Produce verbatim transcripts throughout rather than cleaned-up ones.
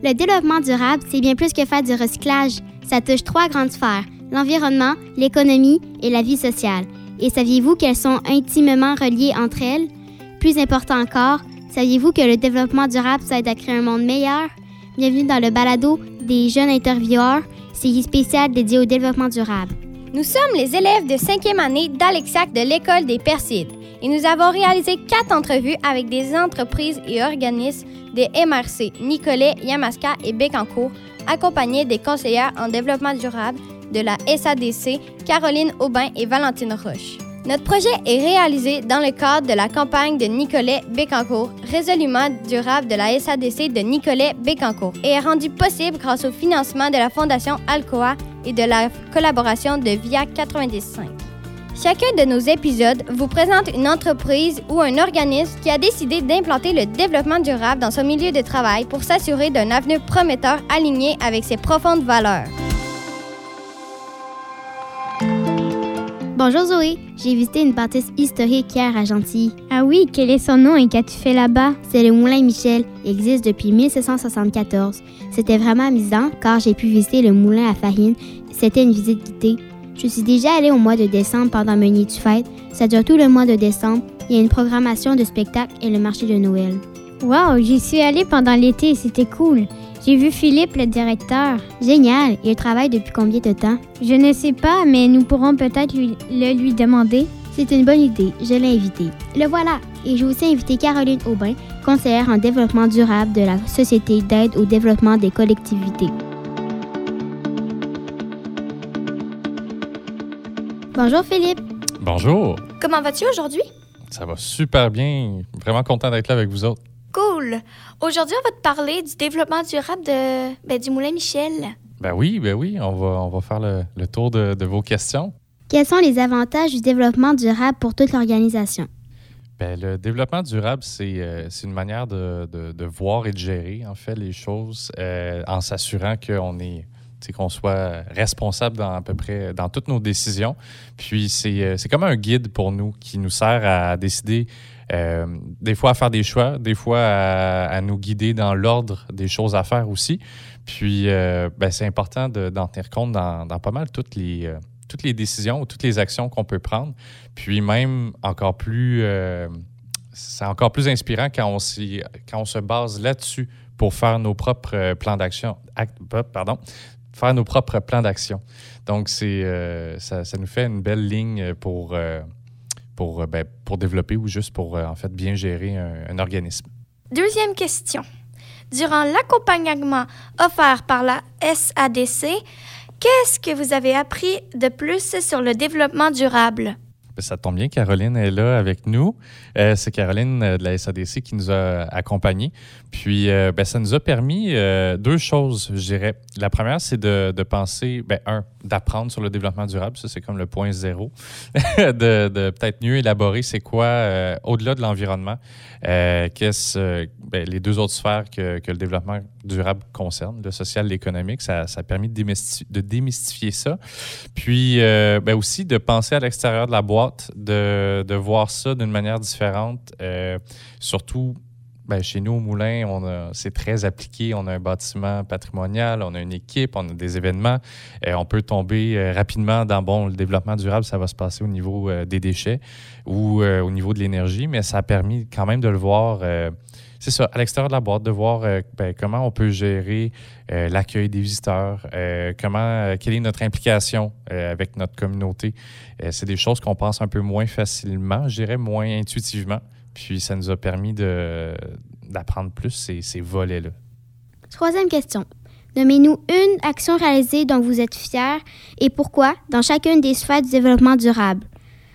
Le développement durable, c'est bien plus que faire du recyclage. Ça touche trois grandes sphères, l'environnement, l'économie et la vie sociale. Et saviez-vous qu'elles sont intimement reliées entre elles? Plus important encore, saviez-vous que le développement durable, ça aide à créer un monde meilleur? Bienvenue dans le balado des jeunes intervieweurs, série spéciale dédiée au développement durable. Nous sommes les élèves de cinquième année d'Alexiac de l'École des Persides et nous avons réalisé quatre entrevues avec des entreprises et organismes des M R C, Nicolet, Yamaska et Bécancour, accompagnés des conseillères en développement durable de la S A D C, Caroline Aubin et Valentine Roche. Notre projet est réalisé dans le cadre de la campagne de Nicolet Bécancour, résolument durable de la S A D C de Nicolet Bécancour, et est rendu possible grâce au financement de la Fondation Alcoa et de la collaboration de Via quatre-vingt-dix cinq. Chacun de nos épisodes vous présente une entreprise ou un organisme qui a décidé d'implanter le développement durable dans son milieu de travail pour s'assurer d'un avenir prometteur aligné avec ses profondes valeurs. Bonjour Zoé, j'ai visité une bâtisse historique hier à Gentilly. Ah oui, quel est son nom et qu'as-tu fait là-bas? C'est le Moulin Michel, il existe depuis mille sept cent soixante-quatorze. C'était vraiment amusant car j'ai pu visiter le moulin à farine. C'était une visite guidée. Je suis déjà allée au mois de décembre pendant Meunier du Fête. Ça dure tout le mois de décembre. Il y a une programmation de spectacles et le marché de Noël. Wow, j'y suis allée pendant l'été et c'était cool. J'ai vu Philippe, le directeur. Génial! Il travaille depuis combien de temps? Je ne sais pas, mais nous pourrons peut-être lui, le lui demander. C'est une bonne idée, je l'ai invité. Le voilà! Et j'ai aussi invité Caroline Aubin, conseillère en développement durable de la Société d'aide au développement des collectivités. Bonjour Philippe! Bonjour! Comment vas-tu aujourd'hui? Ça va super bien. Vraiment content d'être là avec vous autres. Cool! Aujourd'hui, on va te parler du développement durable de, ben, du Moulin Michel. Ben oui, ben oui, on va, on va faire le, le tour de, de vos questions. Quels sont les avantages du développement durable pour toute l'organisation? Ben, le développement durable, c'est, euh, c'est une manière de, de, de voir et de gérer, en fait, les choses euh, en s'assurant qu'on est, qu'on soit responsable dans à peu près dans toutes nos décisions. Puis c'est, c'est comme un guide pour nous qui nous sert à décider Euh, des fois à faire des choix, des fois à, à nous guider dans l'ordre des choses à faire aussi. Puis, euh, ben, c'est important de, d'en tenir compte dans, dans pas mal toutes les, euh, toutes les décisions ou toutes les actions qu'on peut prendre. Puis même encore plus, euh, c'est encore plus inspirant quand on, s'y, quand on se base là-dessus pour faire nos propres plans d'action. Act, pardon, faire nos propres plans d'action. Donc, c'est, euh, ça, ça nous fait une belle ligne pour... Euh, Pour, ben, pour développer ou juste pour, en fait, bien gérer un, un organisme. Deuxième question. Durant l'accompagnement offert par la S A D C, qu'est-ce que vous avez appris de plus sur le développement durable? Ça tombe bien, Caroline est là avec nous. Euh, c'est Caroline de la S A D C qui nous a accompagnés. Puis, euh, ben, ça nous a permis euh, deux choses, je dirais. La première, c'est de, de penser, ben, un, d'apprendre sur le développement durable. Ça, c'est comme le point zéro. de, de peut-être mieux élaborer c'est quoi, euh, au-delà de l'environnement, euh, qu'est-ce, euh, ben, les deux autres sphères que, que le développement durable concerne, le social et l'économique. Ça, ça a permis de, démystifier, de démystifier ça. Puis, euh, ben, aussi de penser à l'extérieur de la boîte, de, de voir ça d'une manière différente. Euh, surtout, ben, chez nous, au Moulin, on a, c'est très appliqué. On a un bâtiment patrimonial, on a une équipe, on a des événements. Euh, on peut tomber euh, rapidement dans, bon, le développement durable, ça va se passer au niveau euh, des déchets ou euh, au niveau de l'énergie, mais ça a permis quand même de le voir, euh, c'est ça, à l'extérieur de la boîte, de voir euh, ben, comment on peut gérer euh, l'accueil des visiteurs, euh, comment, euh, quelle est notre implication euh, avec notre communauté. Euh, c'est des choses qu'on pense un peu moins facilement, je dirais moins intuitivement. Puis ça nous a permis de, d'apprendre plus ces, ces volets-là. Troisième question. Nommez-nous une action réalisée dont vous êtes fiers et pourquoi dans chacune des sphères du développement durable,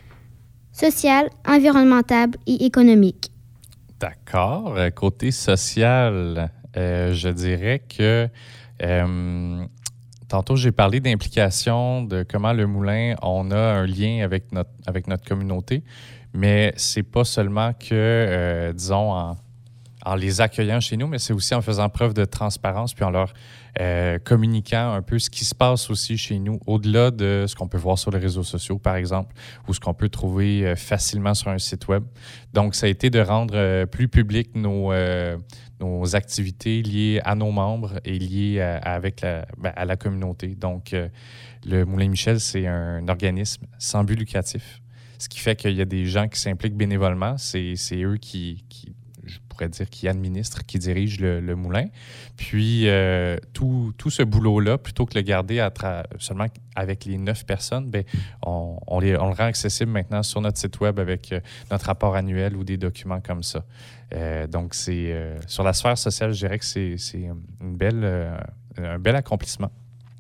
social, environnemental et économique. D'accord. Côté social, euh, je dirais que euh, tantôt, j'ai parlé d'implication, de comment le moulin, on a un lien avec notre, avec notre communauté. Mais c'est pas seulement que, euh, disons, en, en les accueillant chez nous, mais c'est aussi en faisant preuve de transparence puis en leur euh, communiquant un peu ce qui se passe aussi chez nous, au-delà de ce qu'on peut voir sur les réseaux sociaux, par exemple, ou ce qu'on peut trouver euh, facilement sur un site web. Donc, ça a été de rendre euh, plus public nos, euh, nos activités liées à nos membres et liées à, à avec la, ben, à la communauté. Donc, euh, le Moulin Michel, c'est un organisme sans but lucratif, ce qui fait qu'il y a des gens qui s'impliquent bénévolement. C'est, c'est eux qui, qui je pourrais dire, qui administrent, qui dirigent le, le moulin. Puis, euh, tout, tout ce boulot-là, plutôt que de le garder à tra- seulement avec les neuf personnes, bien, on, on, les, on le rend accessible maintenant sur notre site web avec euh, notre rapport annuel ou des documents comme ça. Euh, donc, c'est euh, sur la sphère sociale, je dirais que c'est, c'est une belle, euh, un bel accomplissement.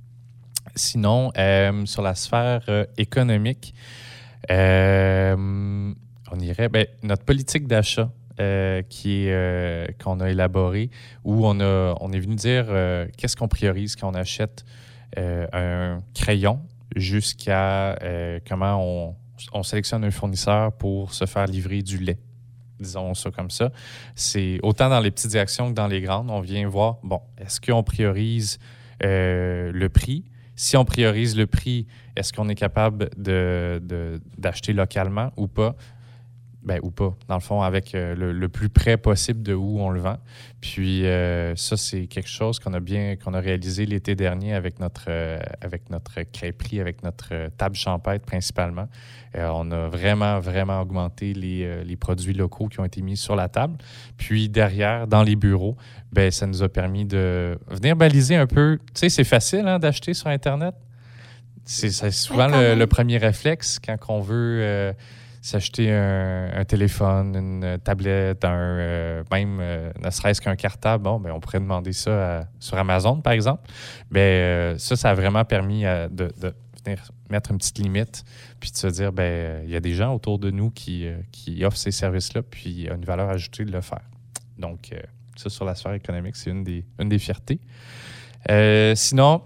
Sinon, euh, sur la sphère euh, économique, euh, on irait, bien, notre politique d'achat, Euh, qui est, euh, qu'on a élaboré, où on, a, on est venu dire euh, qu'est-ce qu'on priorise quand on achète euh, un crayon jusqu'à euh, comment on, on sélectionne un fournisseur pour se faire livrer du lait. Disons ça comme ça. C'est autant dans les petites actions que dans les grandes. On vient voir, bon, est-ce qu'on priorise euh, le prix? Si on priorise le prix, est-ce qu'on est capable de, de, d'acheter localement ou pas? Ben, ou pas, dans le fond, avec euh, le, le plus près possible de où on le vend. Puis euh, ça, c'est quelque chose qu'on a bien, qu'on a réalisé l'été dernier avec notre, euh, avec notre crêperie, avec notre euh, table champêtre principalement. Euh, on a vraiment, vraiment augmenté les, euh, les produits locaux qui ont été mis sur la table. Puis derrière, dans les bureaux, ben, ça nous a permis de venir baliser un peu. Tu sais, c'est facile hein, d'acheter sur Internet. C'est, c'est souvent ouais, le, le premier réflexe quand on veut... Euh, s'acheter un, un téléphone, une tablette, un, euh, même euh, ne serait-ce qu'un cartable, bon, ben, on pourrait demander ça à, sur Amazon, par exemple. Ben, euh, ça, ça a vraiment permis à, de, de venir mettre une petite limite puis de se dire, ben, il y a des gens autour de nous qui, euh, qui offrent ces services-là puis il y a une valeur ajoutée de le faire. Donc, euh, ça, sur la sphère économique, c'est une des, une des fiertés. Euh, sinon,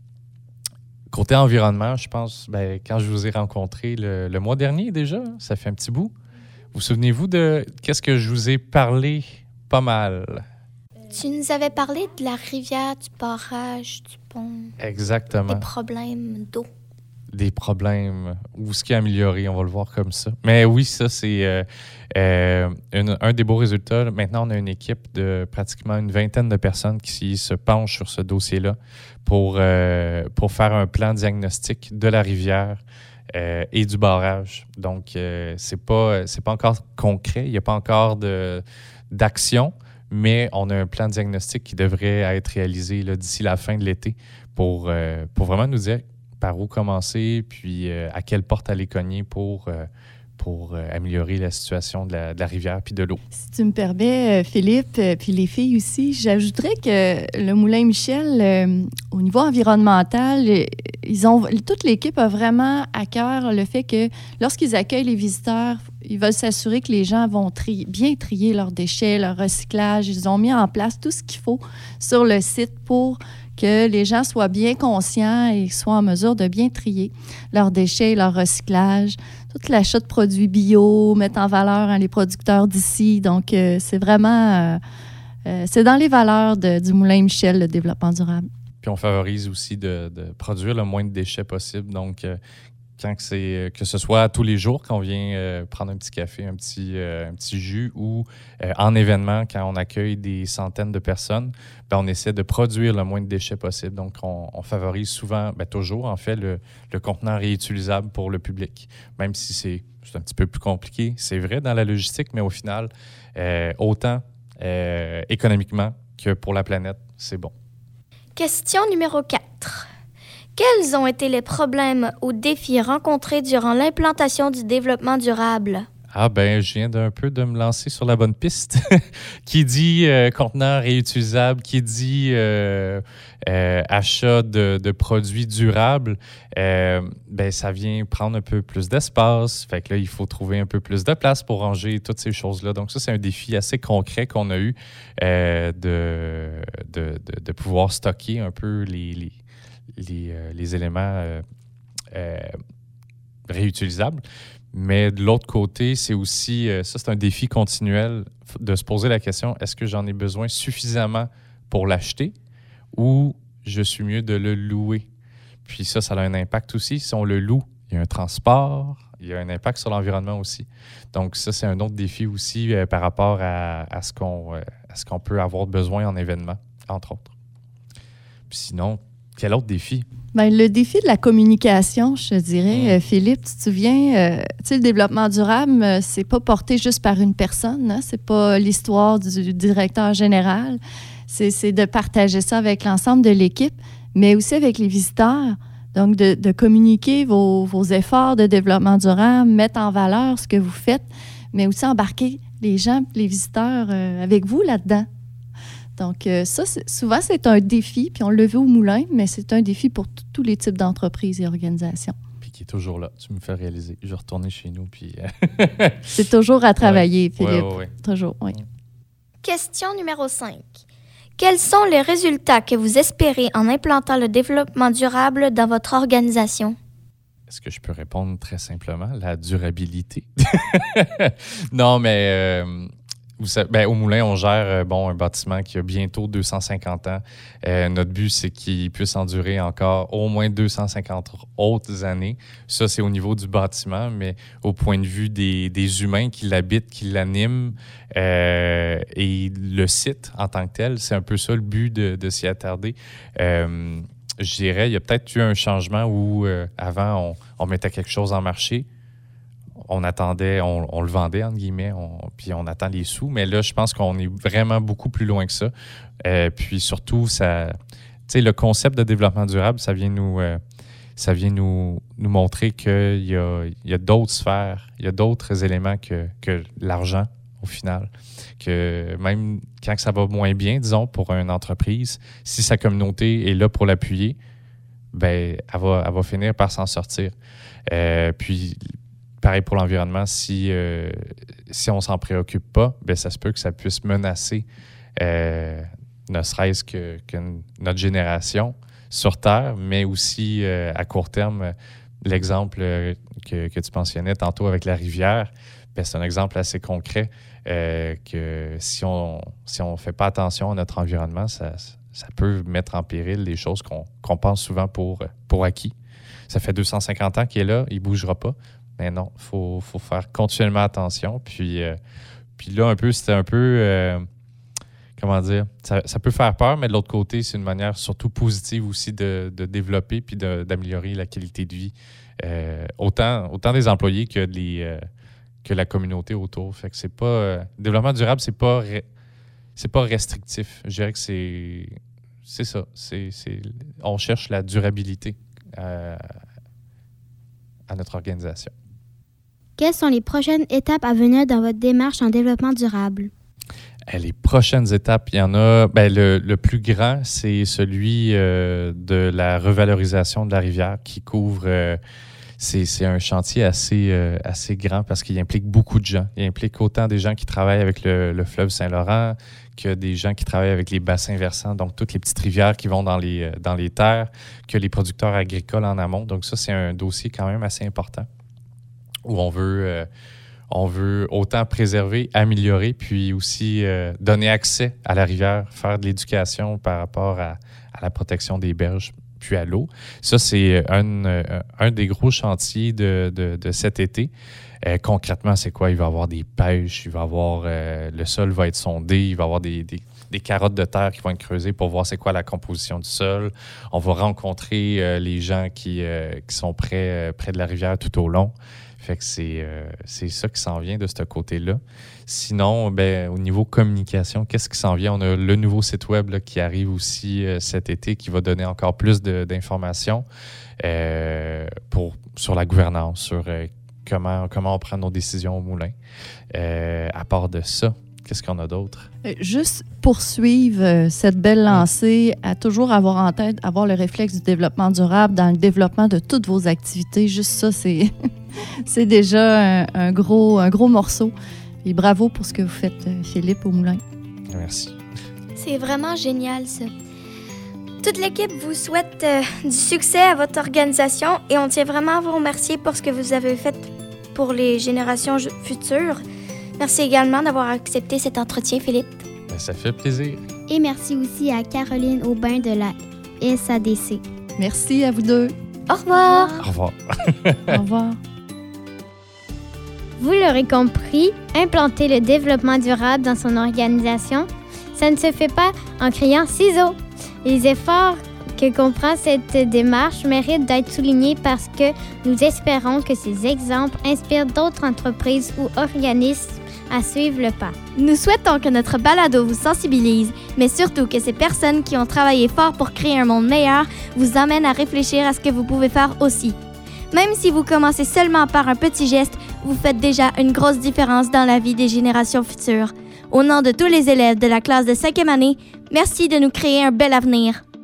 côté environnement, je pense, ben, quand je vous ai rencontré le, le mois dernier déjà, ça fait un petit bout. Vous souvenez-vous de qu'est-ce que je vous ai parlé pas mal? Tu nous avais parlé de la rivière, du barrage, du pont. Exactement. Des problèmes d'eau. Des problèmes, ou ce qui est amélioré, on va le voir comme ça. Mais oui, ça, c'est euh, euh, une, un des beaux résultats. Maintenant, on a une équipe de pratiquement une vingtaine de personnes qui se penchent sur ce dossier-là pour, euh, pour faire un plan diagnostic de la rivière euh, et du barrage. Donc, euh, c'est pas, c'est pas encore concret, il n'y a pas encore de, d'action, mais on a un plan diagnostic qui devrait être réalisé là, d'ici la fin de l'été pour, euh, pour vraiment nous dire par où commencer, puis euh, à quelle porte aller cogner pour, euh, pour euh, améliorer la situation de la, de la rivière puis de l'eau. Si tu me permets, Philippe, puis les filles aussi, j'ajouterais que le Moulin Michel, euh, au niveau environnemental, ils ont, toute l'équipe a vraiment à cœur le fait que lorsqu'ils accueillent les visiteurs, ils veulent s'assurer que les gens vont trier, bien trier leurs déchets, leur recyclage. Ils ont mis en place tout ce qu'il faut sur le site pour que les gens soient bien conscients et soient en mesure de bien trier leurs déchets, leur recyclage, tout l'achat de produits bio, mettre en valeur hein, les producteurs d'ici. Donc, euh, c'est vraiment... Euh, euh, c'est dans les valeurs de, du Moulin Michel, le développement durable. Puis on favorise aussi de, de produire le moins de déchets possible. Donc, euh, quand que, c'est, que ce soit tous les jours qu'on vient euh, prendre un petit café, un petit, euh, un petit jus ou euh, en événement, quand on accueille des centaines de personnes, ben, on essaie de produire le moins de déchets possible. Donc, on, on favorise souvent, ben, toujours en fait, le, le contenant réutilisable pour le public, même si c'est, c'est un petit peu plus compliqué. C'est vrai dans la logistique, mais au final, euh, autant euh, économiquement que pour la planète, c'est bon. Question numéro quatre. Quels ont été les problèmes ou défis rencontrés durant l'implantation du développement durable? Ah ben, je viens d'un peu de me lancer sur la bonne piste. Qui dit euh, contenant réutilisable, qui dit euh, euh, achat de, de produits durables, euh, ben ça vient prendre un peu plus d'espace. Fait que là, il faut trouver un peu plus de place pour ranger toutes ces choses-là. Donc ça, c'est un défi assez concret qu'on a eu euh, de, de, de, de pouvoir stocker un peu les... les Les, euh, les éléments euh, euh, réutilisables. Mais de l'autre côté, c'est aussi, euh, ça c'est un défi continuel de se poser la question, est-ce que j'en ai besoin suffisamment pour l'acheter ou je suis mieux de le louer? Puis ça, ça a un impact aussi. Si on le loue, il y a un transport, il y a un impact sur l'environnement aussi. Donc ça, c'est un autre défi aussi euh, par rapport à, à, ce qu'on, euh, à ce qu'on peut avoir besoin en événement, entre autres. Puis sinon, quel autre défi? Bien, le défi de la communication, je te dirais, mmh. Philippe, tu te souviens, euh, tu sais, le développement durable, euh, c'est pas porté juste par une personne, hein? C'est pas l'histoire du directeur général, c'est, c'est de partager ça avec l'ensemble de l'équipe, mais aussi avec les visiteurs. Donc, de, de communiquer vos, vos efforts de développement durable, mettre en valeur ce que vous faites, mais aussi embarquer les gens, les visiteurs euh, avec vous là-dedans. Donc, euh, ça, c'est, souvent, c'est un défi, puis on le veut au moulin, mais c'est un défi pour t- tous les types d'entreprises et organisations. Puis qui est toujours là. Tu me fais réaliser. Je vais retourner chez nous, puis... c'est toujours à travailler, ouais. Philippe. Ouais, ouais, ouais. Toujours, oui. Question numéro cinq. Quels sont les résultats que vous espérez en implantant le développement durable dans votre organisation? Est-ce que je peux répondre très simplement? La durabilité. Non, mais... Euh... Vous savez, ben, au Moulin, on gère euh, bon, un bâtiment qui a bientôt deux cent cinquante ans. Euh, notre but, c'est qu'il puisse endurer encore au moins deux cent cinquante autres années. Ça, c'est au niveau du bâtiment, mais au point de vue des, des humains qui l'habitent, qui l'animent, euh, et le site en tant que tel, c'est un peu ça le but de, de s'y attarder. Euh, je dirais, il y a peut-être eu un changement où, euh, avant, on, on mettait quelque chose en marché. On attendait, on, on le vendait, entre guillemets, on, puis on attend les sous. Mais là, je pense qu'on est vraiment beaucoup plus loin que ça. Euh, puis surtout, ça, tu sais, le concept de développement durable, ça vient nous, euh, ça vient nous, nous montrer qu'il y a, il y a d'autres sphères, il y a d'autres éléments que, que l'argent, au final. Que même quand ça va moins bien, disons, pour une entreprise, si sa communauté est là pour l'appuyer, ben, elle va, elle va finir par s'en sortir. Euh, puis... Pareil pour l'environnement, si, euh, si on ne s'en préoccupe pas, bien, ça se peut que ça puisse menacer euh, ne serait-ce que, que notre génération sur Terre, mais aussi euh, à court terme, l'exemple que, que tu mentionnais tantôt avec la rivière, bien, c'est un exemple assez concret euh, que si on si on fait pas attention à notre environnement, ça, ça peut mettre en péril les choses qu'on, qu'on pense souvent pour, pour acquis. Ça fait deux cent cinquante ans qu'il est là, il ne bougera pas. Mais non, il faut, faut faire continuellement attention. Puis, euh, puis là, un peu, c'était un peu, euh, comment dire, ça, ça peut faire peur, mais de l'autre côté, c'est une manière surtout positive aussi de, de développer puis de, d'améliorer la qualité de vie. Euh, autant, autant des employés que, les, euh, que la communauté autour. Fait que c'est pas... Euh, développement durable, c'est pas, re, c'est pas restrictif. Je dirais que c'est, c'est ça. C'est, c'est, on cherche la durabilité euh, à notre organisation. Quelles sont les prochaines étapes à venir dans votre démarche en développement durable? Les prochaines étapes, il y en a... Ben, le, le plus grand, c'est celui euh, de la revalorisation de la rivière qui couvre... Euh, c'est, c'est un chantier assez, euh, assez grand parce qu'il implique beaucoup de gens. Il implique autant des gens qui travaillent avec le, le fleuve Saint-Laurent que des gens qui travaillent avec les bassins versants, donc toutes les petites rivières qui vont dans les, dans les terres, que les producteurs agricoles en amont. Donc ça, c'est un dossier quand même assez important où on veut, euh, on veut autant préserver, améliorer, puis aussi euh, donner accès à la rivière, faire de l'éducation par rapport à, à la protection des berges, puis à l'eau. Ça, c'est un, un des gros chantiers de, de, de cet été. Euh, concrètement, c'est quoi? Il va y avoir des pêches, il va y avoir... Euh, le sol va être sondé, il va y avoir des, des, des carottes de terre qui vont être creusées pour voir c'est quoi la composition du sol. On va rencontrer euh, les gens qui, euh, qui sont près, euh, près de la rivière tout au long. Fait que c'est, euh, c'est ça qui s'en vient de ce côté-là. Sinon, ben, au niveau communication, qu'est-ce qui s'en vient? On a le nouveau site web là, qui arrive aussi euh, cet été, qui va donner encore plus de, d'informations euh, pour, sur la gouvernance, sur euh, comment, comment on prend nos décisions au moulin. Euh, à part de ça, qu'est-ce qu'on a d'autre? Euh, juste poursuivre euh, cette belle lancée, à toujours avoir en tête, avoir le réflexe du développement durable dans le développement de toutes vos activités. Juste ça, c'est, c'est déjà un, un, gros, un gros morceau. Et bravo pour ce que vous faites, Philippe, au Moulin. Merci. C'est vraiment génial, ça. Toute l'équipe vous souhaite euh, du succès à votre organisation et on tient vraiment à vous remercier pour ce que vous avez fait pour les générations futures. Merci également d'avoir accepté cet entretien, Philippe. Ben, ça fait plaisir. Et merci aussi à Caroline Aubin de la S A D C. Merci à vous deux. Au revoir. Au revoir. Au revoir. Vous l'aurez compris, implanter le développement durable dans son organisation, ça ne se fait pas en criant ciseaux. Les efforts que comprend cette démarche méritent d'être soulignés parce que nous espérons que ces exemples inspirent d'autres entreprises ou organismes à suivre le pas. Nous souhaitons que notre balado vous sensibilise, mais surtout que ces personnes qui ont travaillé fort pour créer un monde meilleur vous amènent à réfléchir à ce que vous pouvez faire aussi. Même si vous commencez seulement par un petit geste, vous faites déjà une grosse différence dans la vie des générations futures. Au nom de tous les élèves de la classe de cinquième année, merci de nous créer un bel avenir.